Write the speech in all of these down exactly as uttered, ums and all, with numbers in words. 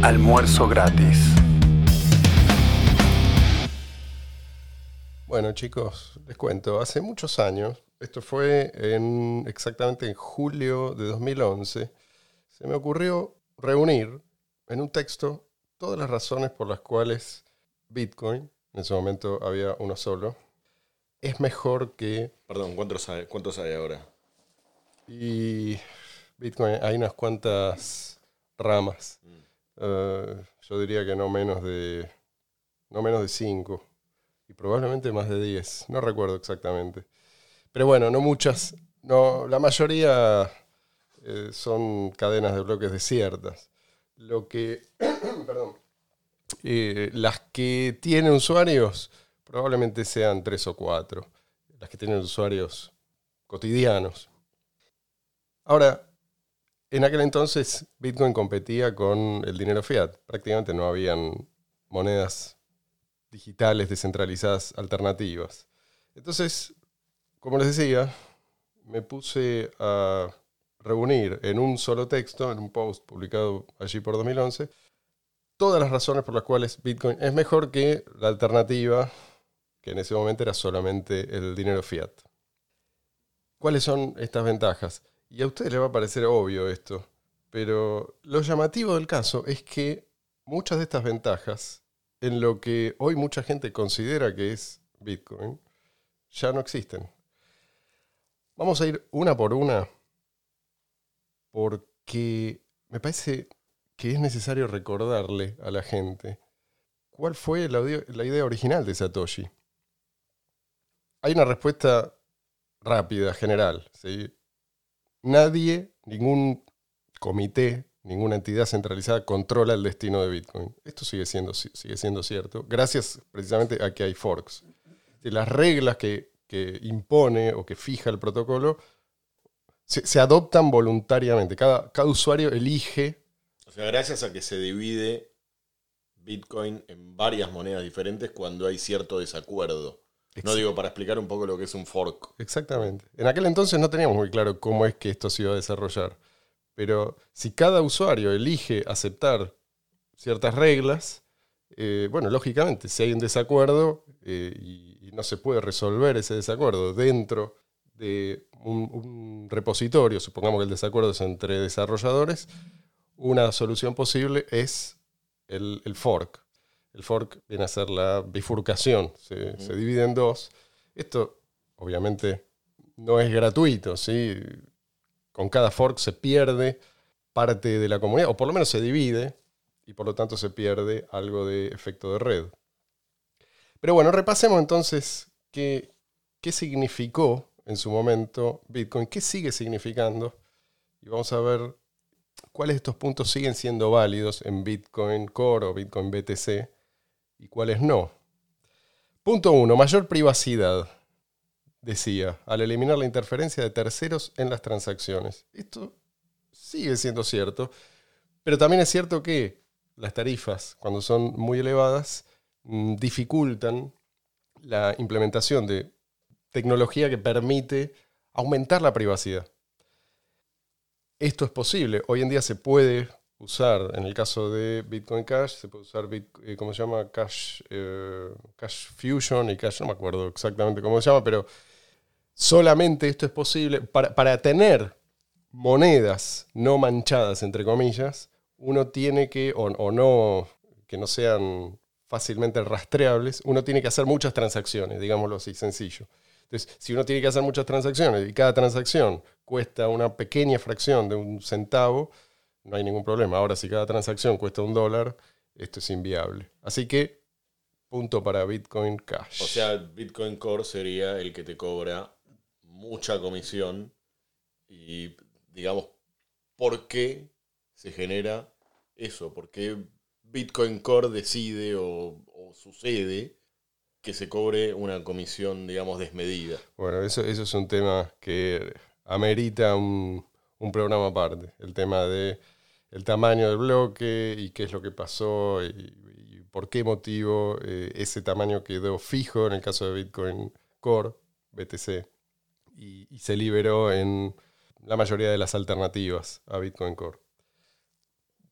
Almuerzo gratis. Bueno, chicos, les cuento. Hace muchos años, esto fue en, exactamente en julio de dos mil once, se me ocurrió reunir en un texto todas las razones por las cuales Bitcoin, en ese momento había uno solo, es mejor que... Perdón, ¿cuántos hay, cuántos hay ahora? Y Bitcoin, hay unas cuantas ramas. Mm. Uh, yo diría que no menos de no menos de cinco. Y probablemente más de diez. No recuerdo exactamente. Pero bueno, no muchas. No, la mayoría eh, son cadenas de bloques desiertas. Lo que... perdón. Eh, las que tienen usuarios probablemente sean tres o cuatro. Las que tienen usuarios cotidianos. Ahora, en aquel entonces Bitcoin competía con el dinero fiat. Prácticamente no habían monedas digitales descentralizadas alternativas. Entonces, como les decía, me puse a reunir en un solo texto, en un post publicado allí por dos mil once, todas las razones por las cuales Bitcoin es mejor que la alternativa, que en ese momento era solamente el dinero fiat. ¿Cuáles son estas ventajas? Y a ustedes les va a parecer obvio esto, pero lo llamativo del caso es que muchas de estas ventajas, en lo que hoy mucha gente considera que es Bitcoin, ya no existen. Vamos a ir una por una, porque me parece que es necesario recordarle a la gente cuál fue la, la idea original de Satoshi. Hay una respuesta rápida, general, ¿sí? Nadie, ningún comité, ninguna entidad centralizada controla el destino de Bitcoin. Esto sigue siendo, sigue siendo cierto, gracias precisamente a que hay forks. Las reglas que, que impone o que fija el protocolo se, se adoptan voluntariamente. Cada, cada usuario elige... O sea, gracias a que se divide Bitcoin en varias monedas diferentes cuando hay cierto desacuerdo. No digo para explicar un poco lo que es un fork. Exactamente. En aquel entonces no teníamos muy claro cómo es que esto se iba a desarrollar. Pero si cada usuario elige aceptar ciertas reglas, eh, bueno, lógicamente, si hay un desacuerdo eh, y, y no se puede resolver ese desacuerdo dentro de un, un repositorio, supongamos que el desacuerdo es entre desarrolladores, una solución posible es el, el fork. El fork viene a ser la bifurcación, se, uh-huh. se divide en dos. Esto, obviamente, no es gratuito, ¿sí? Con cada fork se pierde parte de la comunidad, o por lo menos se divide, y por lo tanto se pierde algo de efecto de red. Pero bueno, repasemos entonces qué, qué significó en su momento Bitcoin, qué sigue significando, y vamos a ver cuáles de estos puntos siguen siendo válidos en Bitcoin Core o Bitcoin B T C, y cuáles no. Punto uno, mayor privacidad, decía, al eliminar la interferencia de terceros en las transacciones. Esto sigue siendo cierto, pero también es cierto que las tarifas, cuando son muy elevadas, mmm, dificultan la implementación de tecnología que permite aumentar la privacidad. Esto es posible. Hoy en día se puede usar, en el caso de Bitcoin Cash, se puede usar, Bit, eh, ¿cómo se llama? Cash, eh, Cash Fusion y Cash, no me acuerdo exactamente cómo se llama, pero solamente esto es posible. Para, para tener monedas no manchadas, entre comillas, uno tiene que, o, o no, que no sean fácilmente rastreables, uno tiene que hacer muchas transacciones, digámoslo así, sencillo. Entonces, si uno tiene que hacer muchas transacciones y cada transacción cuesta una pequeña fracción de un centavo, no hay ningún problema. Ahora, si cada transacción cuesta un dólar, esto es inviable. Así que, punto para Bitcoin Cash. O sea, Bitcoin Core sería el que te cobra mucha comisión y, digamos, ¿por qué se genera eso? ¿Por qué Bitcoin Core decide o, o sucede que se cobre una comisión, digamos, desmedida? Bueno, eso, eso es un tema que amerita un, un programa aparte. El tema de el tamaño del bloque y qué es lo que pasó y, y por qué motivo eh, ese tamaño quedó fijo en el caso de Bitcoin Core, B T C, y, y se liberó en la mayoría de las alternativas a Bitcoin Core.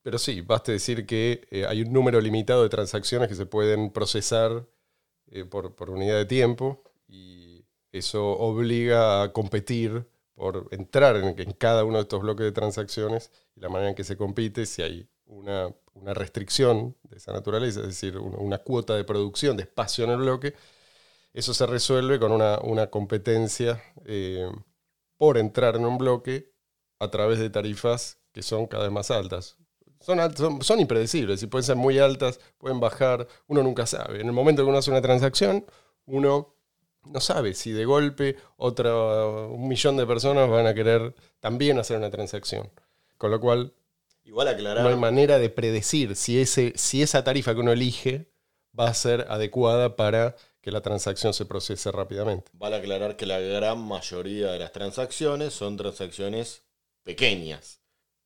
Pero sí, basta decir que eh, hay un número limitado de transacciones que se pueden procesar eh, por, por unidad de tiempo y eso obliga a competir por entrar en, en cada uno de estos bloques de transacciones y la manera en que se compite, si hay una, una restricción de esa naturaleza, es decir, una, una cuota de producción de espacio en el bloque, eso se resuelve con una, una competencia eh, por entrar en un bloque a través de tarifas que son cada vez más altas. Son, alt- son, son impredecibles, y pueden ser muy altas, pueden bajar, uno nunca sabe. En el momento que uno hace una transacción, uno no sabe si de golpe otra, un millón de personas van a querer también hacer una transacción. Con lo cual, Igual aclarar, no hay manera de predecir si, ese, si esa tarifa que uno elige va a ser adecuada para que la transacción se procese rápidamente. vale aclarar que la gran mayoría de las transacciones son transacciones pequeñas.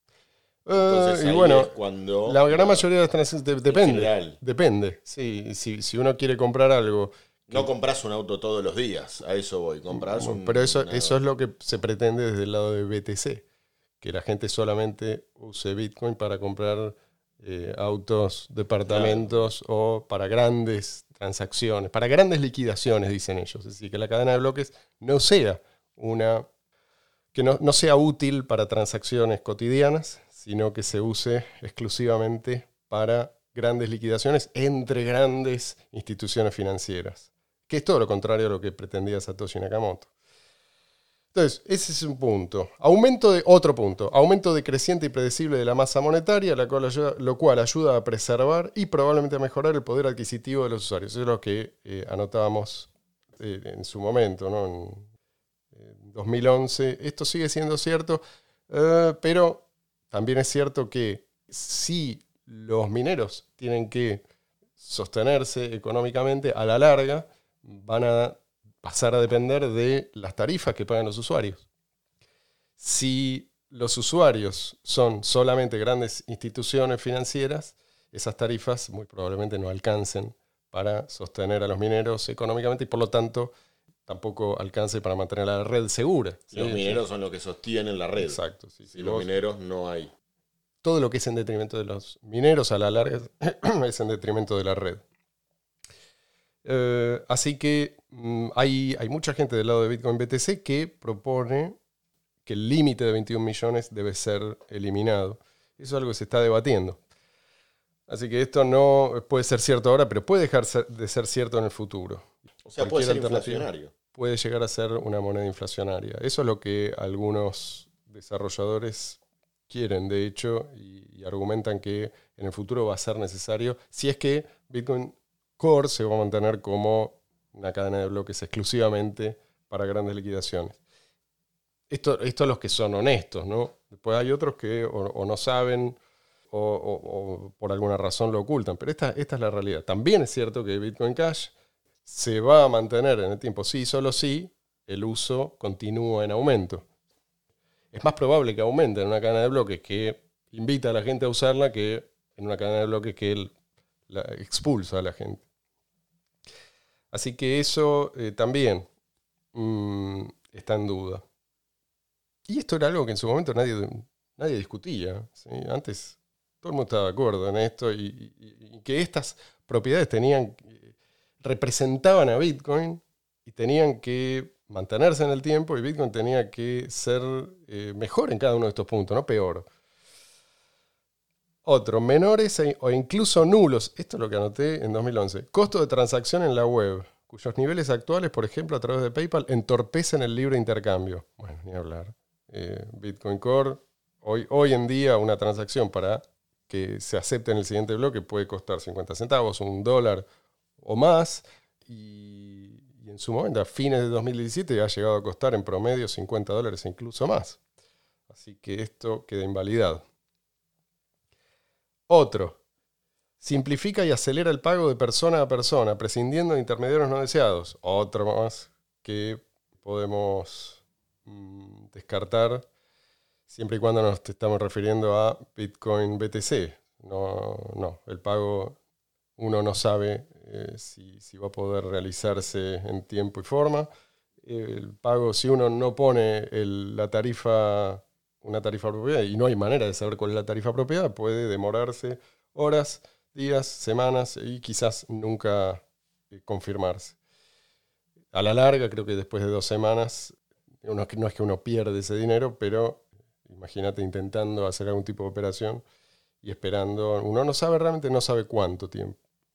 Entonces Eh, y ahí bueno, es cuando la gran mayoría de las transacciones de- depende. general. Depende. Sí, si, si uno quiere comprar algo. no compras un auto todos los días, a eso voy. Compras un, Pero eso, una- eso es lo que se pretende desde el lado de B T C, que la gente solamente use Bitcoin para comprar eh, autos, departamentos o para grandes transacciones, para grandes liquidaciones, dicen ellos. Es decir, que la cadena de bloques no sea una, que no, no sea útil para transacciones cotidianas, sino que se use exclusivamente para grandes liquidaciones entre grandes instituciones financieras, que es todo lo contrario a lo que pretendía Satoshi Nakamoto. Entonces, ese es un punto. Aumento de, otro punto, aumento decreciente y predecible de la masa monetaria, la cual ayuda, lo cual ayuda a preservar y probablemente a mejorar el poder adquisitivo de los usuarios. Eso es lo que eh, anotábamos eh, en su momento, ¿no? En, en dos mil once. Esto sigue siendo cierto, eh, pero también es cierto que si los mineros tienen que sostenerse económicamente a la larga, van a pasar a depender de las tarifas que pagan los usuarios. Si los usuarios son solamente grandes instituciones financieras, esas tarifas muy probablemente no alcancen para sostener a los mineros económicamente y por lo tanto tampoco alcance para mantener la red segura. Los ¿sí? mineros son los que sostienen la red. Exacto. Sí, Sin si los vos- mineros no hay. todo lo que es en detrimento de los mineros a la larga es en detrimento de la red. Eh, así que mm, hay, hay mucha gente del lado de Bitcoin B T C que propone que el límite de veintiún millones debe ser eliminado. Eso es algo que se está debatiendo. Así que esto no puede ser cierto ahora, pero puede dejar ser- de ser cierto en el futuro. O sea, puede Cualquier ser alternativa inflacionario. puede llegar a ser una moneda inflacionaria. Eso es lo que algunos desarrolladores quieren, de hecho, y, y argumentan que en el futuro va a ser necesario, si es que Bitcoin Core se va a mantener como una cadena de bloques exclusivamente para grandes liquidaciones. Esto, esto los que son honestos, ¿no? Después hay otros que o, o no saben o, o- o por alguna razón lo ocultan, pero esta, esta es la realidad. También es cierto que Bitcoin Cash se va a mantener en el tiempo, sí, solo si el uso continúa en aumento. Es más probable que aumente en una cadena de bloques que invita a la gente a usarla que en una cadena de bloques que él la expulsa a la gente. Así que eso eh, también mm, está en duda. Y esto era algo que en su momento nadie, nadie discutía, ¿sí? Antes todo el mundo estaba de acuerdo en esto y, y- y que estas propiedades tenían, representaban a Bitcoin y tenían que mantenerse en el tiempo y Bitcoin tenía que ser eh, mejor en cada uno de estos puntos, no peor. Otro, menores e- o incluso nulos, esto es lo que anoté en dos mil once, costo de transacción en la web, cuyos niveles actuales, por ejemplo, a través de PayPal, entorpecen el libre intercambio. Bueno, ni hablar. Eh, Bitcoin Core, hoy, hoy en día una transacción para que se acepte en el siguiente bloque puede costar cincuenta centavos, un dólar o más, y, y en su momento, a fines de dos mil diecisiete, ha llegado a costar en promedio cincuenta dólares e incluso más. Así que esto queda invalidado. Otro, simplifica y acelera el pago de persona a persona, prescindiendo de intermediarios no deseados. Otro más que podemos mm, descartar siempre y cuando nos estamos refiriendo a Bitcoin B T C. No, no, el pago uno no sabe eh, si, si va a poder realizarse en tiempo y forma. El pago, si uno no pone el- la tarifa una tarifa apropiada y no hay manera de saber cuál es la tarifa apropiada, puede demorarse horas, días, semanas y quizás nunca eh, confirmarse. A la larga, creo que después de dos semanas, uno, no es que uno pierde ese dinero, pero imagínate intentando hacer algún tipo de operación y esperando, uno no sabe realmente, no sabe cuánto tiempo.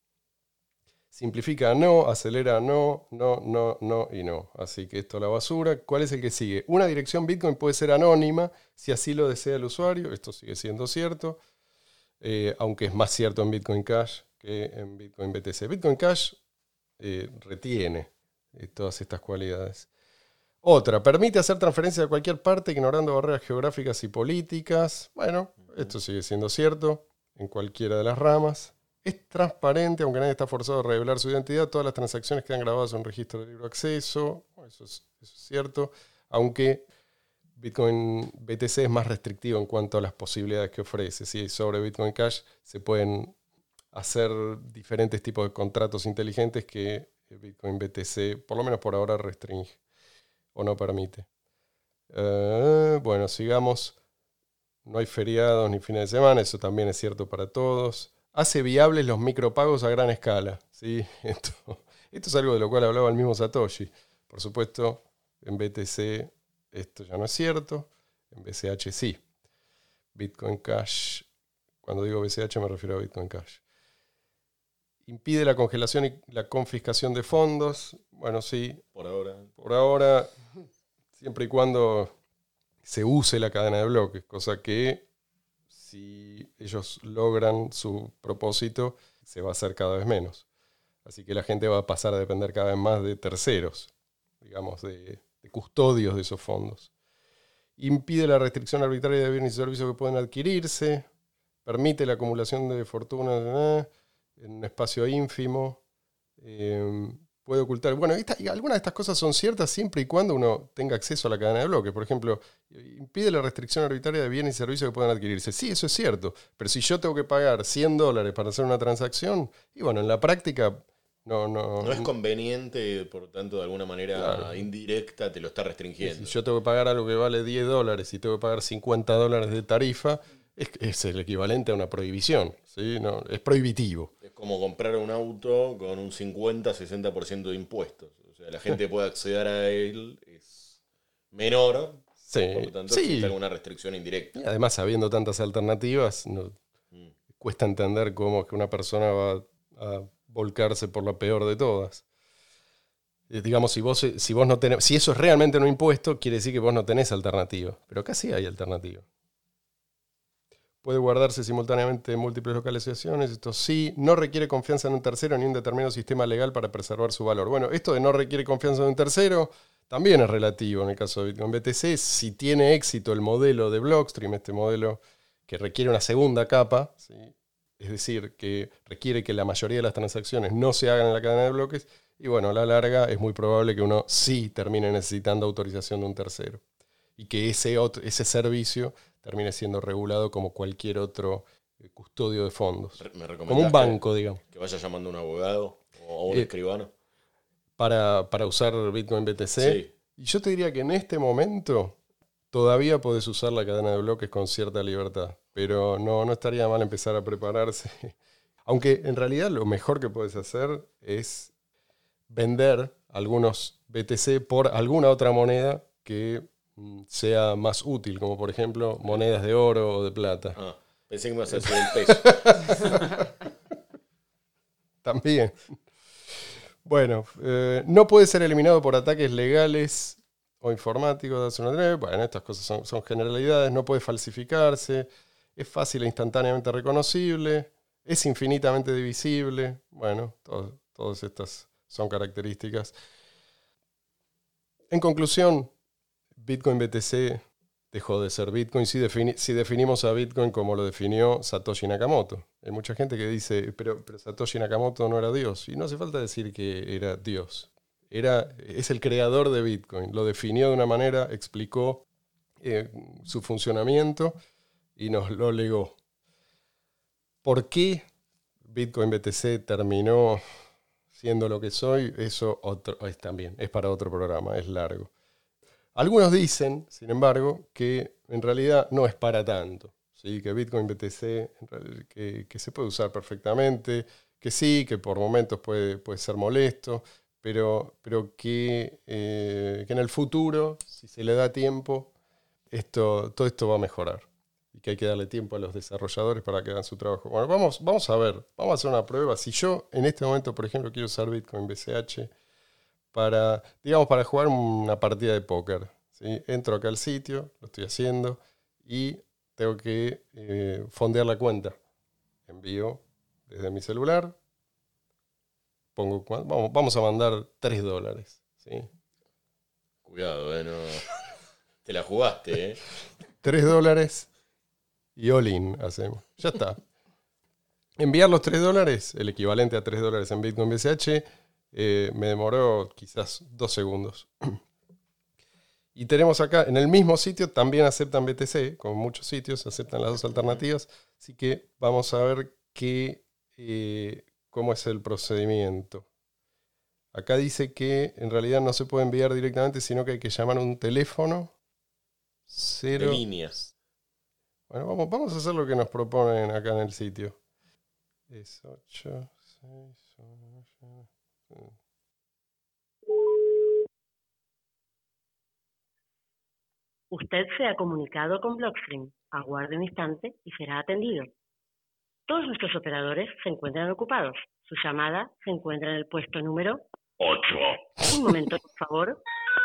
Simplifica no, acelera no, no, no, no y no. Así que esto a la basura. ¿Cuál es el que sigue? Una dirección Bitcoin puede ser anónima si así lo desea el usuario. Esto sigue siendo cierto, eh, aunque es más cierto en Bitcoin Cash que en Bitcoin B T C. Bitcoin Cash eh, retiene eh, todas estas cualidades. Otra, permite hacer transferencias a cualquier parte ignorando barreras geográficas y políticas. Bueno, esto sigue siendo cierto en cualquiera de las ramas. Es transparente, aunque nadie está forzado a revelar su identidad. Todas las transacciones quedan grabadas en un registro de libre acceso. Eso es, eso es cierto. Aunque Bitcoin B T C es más restrictivo en cuanto a las posibilidades que ofrece. ¿Sí? Sobre Bitcoin Cash se pueden hacer diferentes tipos de contratos inteligentes que Bitcoin B T C, por lo menos por ahora, restringe o no permite. Uh, bueno, sigamos. No hay feriados ni fines de semana. Eso también es cierto para todos. Hace viables los micropagos a gran escala. ¿Sí? Esto, esto es algo de lo cual hablaba el mismo Satoshi. Por supuesto, en B T C esto ya no es cierto. En B C H sí. Bitcoin Cash, cuando digo B C H me refiero a Bitcoin Cash. Impide la congelación y la confiscación de fondos. Bueno, sí. Por ahora. Por ahora, siempre y cuando se use la cadena de bloques, cosa que si ellos logran su propósito, se va a hacer cada vez menos. Así que la gente va a pasar a depender cada vez más de terceros, digamos, de, de custodios de esos fondos. Impide la restricción arbitraria de bienes y servicios que pueden adquirirse. Permite la acumulación de fortuna en un espacio ínfimo. Eh, puede ocultar... Bueno, esta, algunas de estas cosas son ciertas siempre y cuando uno tenga acceso a la cadena de bloques. Por ejemplo, impide la restricción arbitraria de bienes y servicios que puedan adquirirse. Sí, eso es cierto. Pero si yo tengo que pagar cien dólares para hacer una transacción, y bueno, en la práctica... No, no, no es conveniente, por lo tanto, de alguna manera claro. indirecta te lo está restringiendo. Si yo tengo que pagar algo que vale diez dólares y tengo que pagar cincuenta dólares de tarifa, es, es el equivalente a una prohibición. ¿Sí? No, es prohibitivo. Es como comprar un auto con un cincuenta a sesenta por ciento de impuestos. O sea, la gente puede acceder a él, es menor, sí. Por lo tanto, sí. existe alguna restricción indirecta. Y además, habiendo tantas alternativas, no, mm. cuesta entender cómo es que una persona va a volcarse por la peor de todas. Eh, digamos, si vos, si vos no tenés, si eso es realmente un impuesto, quiere decir que vos no tenés alternativa. Pero acá sí hay alternativa. Puede guardarse simultáneamente en múltiples localizaciones. Esto sí, no requiere confianza en un tercero ni un determinado sistema legal para preservar su valor. Bueno, esto de no requiere confianza en un tercero también es relativo en el caso de Bitcoin B T C. Si tiene éxito el modelo de Blockstream, este modelo que requiere una segunda capa, ¿sí? Es decir, que requiere que la mayoría de las transacciones no se hagan en la cadena de bloques, y bueno, a la larga es muy probable que uno sí termine necesitando autorización de un tercero. Y que ese, otro, ese servicio termine siendo regulado como cualquier otro custodio de fondos. ¿Me como un banco, que, digamos. Que vaya llamando a un abogado o a un eh, escribano. Para, para usar Bitcoin B T C. Sí. Y yo te diría que en este momento todavía podés usar la cadena de bloques con cierta libertad. Pero no, no estaría mal empezar a prepararse. Aunque en realidad lo mejor que puedes hacer es vender algunos B T C por alguna otra moneda que sea más útil, como por ejemplo monedas de oro o de plata. Ah, pensé que me ibas a decir el peso. También. Bueno, eh, no puede ser eliminado por ataques legales o informáticos. Bueno, estas cosas son, son generalidades. No puede falsificarse. Es fácil e instantáneamente reconocible. Es infinitamente divisible. Bueno, todo, todas estas son características. En conclusión, Bitcoin B T C dejó de ser Bitcoin si, defini- si definimos a Bitcoin como lo definió Satoshi Nakamoto. Hay mucha gente que dice, pero, pero Satoshi Nakamoto no era Dios. Y no hace falta decir que era Dios. Era, es el creador de Bitcoin. Lo definió de una manera, explicó eh, su funcionamiento y nos lo legó. ¿Por qué Bitcoin B T C terminó siendo lo que soy? Eso otro, es también, es para otro programa, es largo. Algunos dicen, sin embargo, que en realidad no es para tanto, ¿sí? Que Bitcoin B T C que, que se puede usar perfectamente, que sí, que por momentos puede, puede ser molesto, pero, pero que, eh, que en el futuro, si se le da tiempo, esto, todo esto va a mejorar. Y que hay que darle tiempo a los desarrolladores para que hagan su trabajo. Bueno, vamos, vamos a ver, vamos a hacer una prueba. Si yo en este momento, por ejemplo, quiero usar Bitcoin B C H para, digamos, para jugar una partida de póker, ¿sí? Entro acá al sitio, lo estoy haciendo, y tengo que eh, fondear la cuenta. Envío desde mi celular, pongo, vamos, vamos a mandar tres dólares, ¿sí? Cuidado, eh, no. Te la jugaste, eh. tres dólares y all in hacemos. Ya está. Enviar los tres dólares, el equivalente a tres dólares en Bitcoin B C H, eh, me demoró quizás dos segundos. Y tenemos acá, en el mismo sitio, también aceptan B T C, como muchos sitios, aceptan las dos alternativas. Así que vamos a ver qué, eh, cómo es el procedimiento. Acá dice que en realidad no se puede enviar directamente, sino que hay que llamar a un teléfono. Cero. De líneas. Bueno, vamos, vamos a hacer lo que nos proponen acá en el sitio. Es ocho, seis, ocho. Usted se ha comunicado con Blockstream. Aguarde un instante y será atendido. Todos nuestros operadores se encuentran ocupados. Su llamada se encuentra en el puesto número ocho. Un momento, por favor.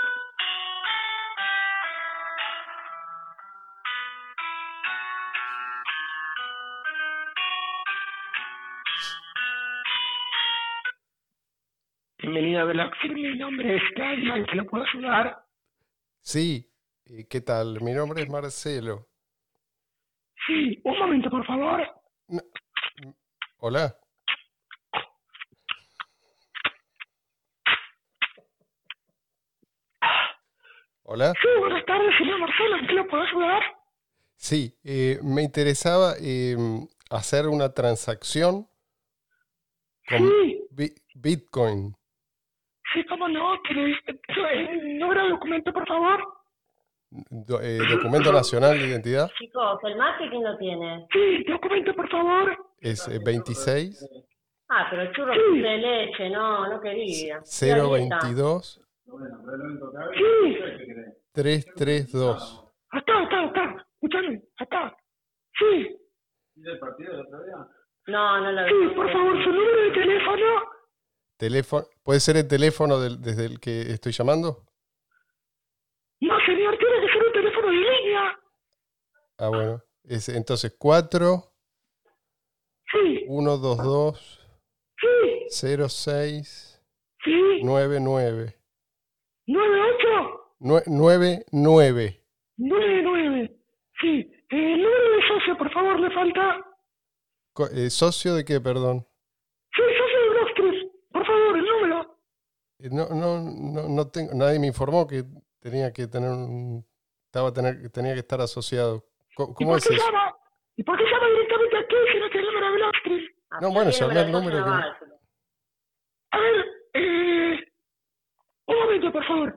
Bienvenido a Blockstream, mi nombre es Claudio, ¿en qué lo puedo ayudar? Sí, ¿qué tal? Mi nombre es Marcelo. Sí, un momento, por favor. No. Hola. Hola. Sí, buenas tardes, señor Marcelo, ¿en qué lo puedo ayudar? Sí, eh, me interesaba eh, hacer una transacción con sí. bi Bitcoin. Sí, cómo no, ¿quieres el número de documento, por favor? Do, eh, ¿Documento nacional de identidad? Chicos, ¿el mate quién lo tiene? Sí, documento, por favor. Es eh, veintiséis. Ah, pero el churro sí. de leche, no, no quería. cero veintidós. Sí. trescientos treinta y dos. Acá, acá, acá. Escúchame, acá. Sí. ¿Y del partido del otro día? No, no lo vi. Sí, por favor, su número de teléfono. Teléfono, ¿puede ser el teléfono del, desde el que estoy llamando? No, señor, tiene que ser un teléfono de línea. Ah, bueno. Es, entonces, cuatro Sí. uno dos dos Sí. cero seis Sí. nueve nueve. ¿nueve ocho? nueve nueve. nueve nueve. Sí. El número de socio, por favor, le falta. Eh, ¿Socio de qué, perdón? Sí, socio de Blockstream. Por favor, el número. Eh, no, no, no, no tengo, nadie me informó que tenía que tener un, estaba tener, tenía que estar asociado. ¿Cómo, cómo es eso? llama? ¿Y por qué llama directamente aquí si no tiene el número de Blockstream? No, bueno, llamé el número que... A ver, eh... un momento, por favor.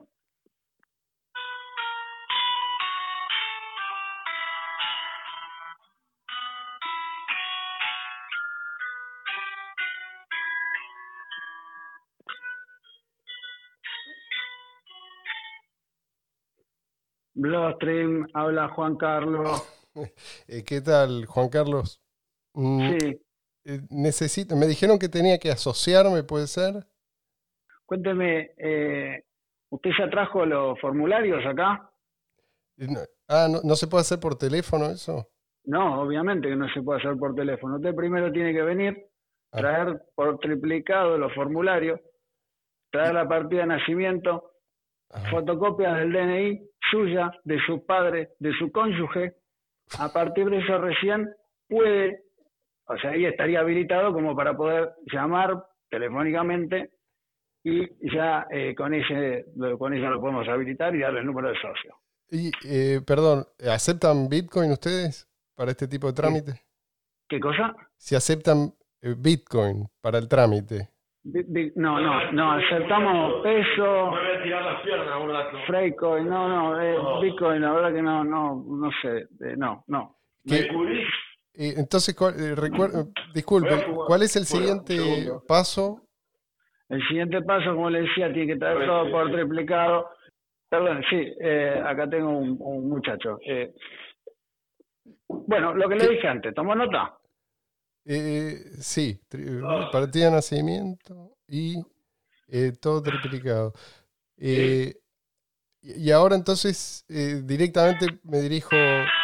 Blockstream, habla Juan Carlos. eh, ¿Qué tal, Juan Carlos? Mm, Sí. eh, necesito, me dijeron que tenía que asociarme, ¿puede ser? Cuénteme, eh, ¿usted ya trajo los formularios acá? Eh, no, ah, no, ¿no se puede hacer por teléfono eso? No, obviamente que no se puede hacer por teléfono. Usted primero tiene que venir, Ah. traer por triplicado los formularios, traer la partida de nacimiento, Ajá. fotocopias del D N I suya, de su padre, de su cónyuge. A partir de eso recién puede, o sea, ahí estaría habilitado como para poder llamar telefónicamente y ya eh, con ese con eso lo podemos habilitar y darle el número de socio. Y, eh, perdón, ¿aceptan Bitcoin ustedes para este tipo de trámite? ¿Qué cosa? Si aceptan eh, Bitcoin para el trámite. Bi- bi- No, no, no, aceptamos peso, Me voy a tirar las piernas un rato. Freecoin, no, no, eh, No. Bitcoin, la verdad que no, no, no sé, eh, no, no. ¿Qué- ¿Me cubrís? eh, entonces, ¿cuál- eh, recuer- disculpe, ¿cuál es el Bueno, siguiente un segundo. paso? El siguiente paso, como le decía, tiene que estar todo por triplicado. Perdón, sí, eh, acá tengo un, un muchacho. Eh, bueno, lo que le dije antes, ¿tomó nota? Eh, sí, tri- partida de nacimiento y eh, todo triplicado. Eh, y y ahora entonces eh, directamente me dirijo...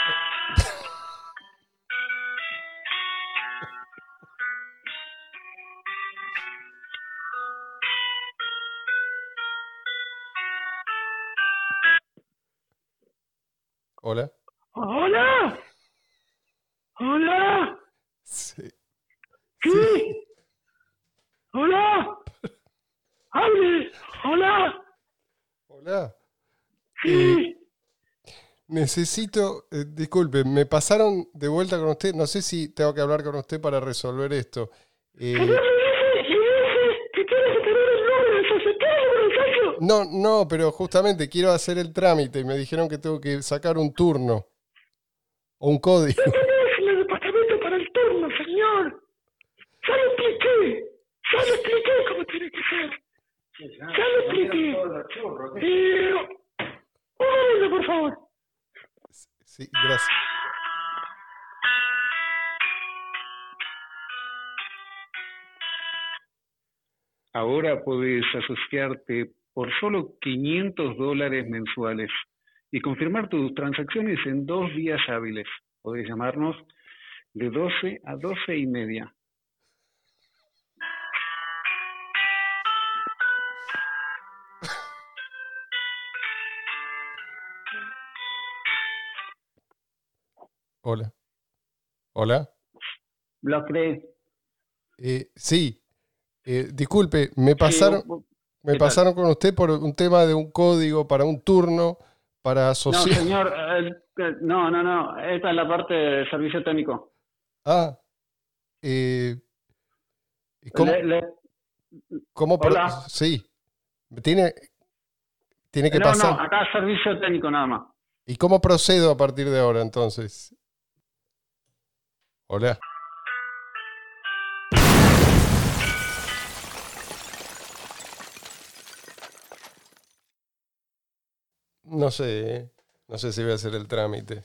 Hola. ¡Hola! ¡Hola! Sí. ¿Sí? ¡Hola! ¡Hable! ¡Hola! Hola. ¡Sí! Necesito, eh, disculpe, me pasaron de vuelta con usted. No sé si tengo que hablar con usted para resolver esto. Eh, ¿Qué le dice? ¿Le dice que tiene que tener el nombre del socio? ¿Qué es el muchacho? no, no, pero justamente quiero hacer el trámite y me dijeron que tengo que sacar un turno o un código. ¿Qué tenés en el departamento para el turno, señor? Ya le expliqué. Ya le expliqué cómo tiene que ser. Ya le expliqué. Eh, un momento, por favor. Sí, gracias. Ahora puedes asociarte por solo quinientos dólares mensuales y confirmar tus transacciones en dos días hábiles. Podés llamarnos de doce a doce y media. Hola. Hola. ¿Lo crees? Eh, sí. Eh, disculpe, me pasaron, Sí, vos- me ¿qué tal? pasaron con usted por un tema de un código para un turno para No, asociar. señor, eh, eh, no, no, no. Esta es la parte de servicio técnico. Ah. Eh, ¿y ¿Cómo, Le- le- cómo pro- Hola. Sí. Tiene, tiene que no, pasar. no, acá servicio técnico nada más. ¿Y cómo procedo a partir de ahora entonces? Hola. No sé, ¿eh? No sé si voy a hacer el trámite.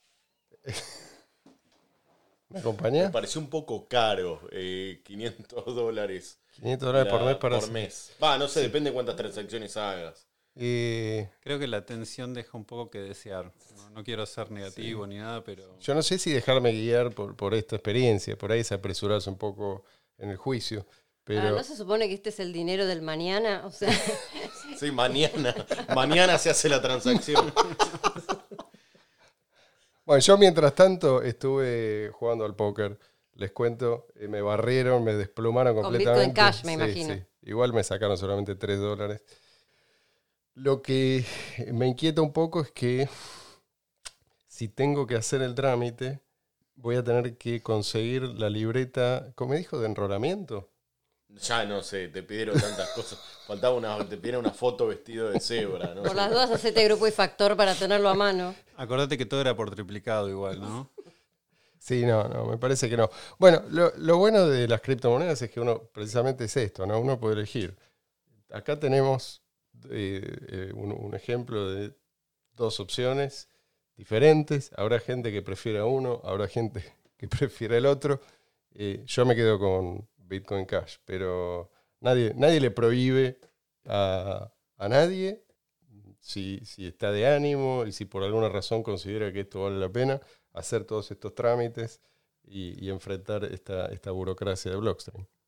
¿Me Me acompaña? pareció un poco caro, eh, quinientos dólares. quinientos dólares por la- mes para... por mes. Va, no sé, depende de cuántas transacciones hagas. Eh, Creo que la atención deja un poco que desear. No, no quiero ser negativo ni nada, pero yo no sé si dejarme guiar por, por esta experiencia. Por ahí se apresurarse un poco en el juicio. Pero... Ah, ¿no se supone que este es el dinero del mañana? O sea, Sí, mañana. Mañana se hace la transacción. Bueno, yo mientras tanto estuve jugando al póker. Les cuento, eh, me barrieron, me desplumaron Con completamente. Bitcoin Cash, me Sí, imagino. sí. Igual me sacaron solamente tres dólares. Lo que me inquieta un poco es que si tengo que hacer el trámite, voy a tener que conseguir la libreta, ¿cómo me dijo? ¿De enrolamiento? Ya no sé, te pidieron tantas cosas. Faltaba una, te pidieron una foto vestido de cebra, ¿no? por las dudas, hacete grupo y factor para tenerlo a mano. acordate que todo era por triplicado igual, ¿no? Sí, no, no, me parece que no. Bueno, lo, lo bueno de las criptomonedas es que uno precisamente es esto, ¿no? Uno puede elegir. Acá tenemos eh, eh, un, un ejemplo de dos opciones diferentes. Habrá gente que prefiera uno, habrá gente que prefiera el otro. Eh, yo me quedo con Bitcoin Cash, pero nadie, nadie le prohíbe a, a nadie, si, si está de ánimo y si por alguna razón considera que esto vale la pena, hacer todos estos trámites y, y enfrentar esta, esta burocracia de Blockstream.